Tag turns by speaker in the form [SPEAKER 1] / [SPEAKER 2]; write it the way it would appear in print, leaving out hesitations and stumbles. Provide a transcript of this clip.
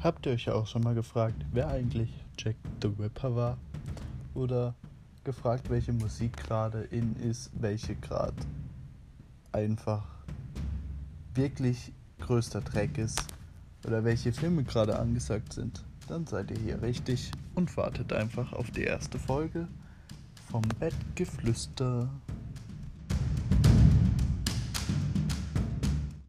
[SPEAKER 1] Habt ihr euch auch schon mal gefragt, wer eigentlich Jack the Ripper war? Oder gefragt, welche Musik gerade in ist, welche gerade einfach wirklich größter Dreck ist? Oder welche Filme gerade angesagt sind? Dann seid ihr hier richtig und wartet einfach auf die erste Folge vom Bettgeflüster.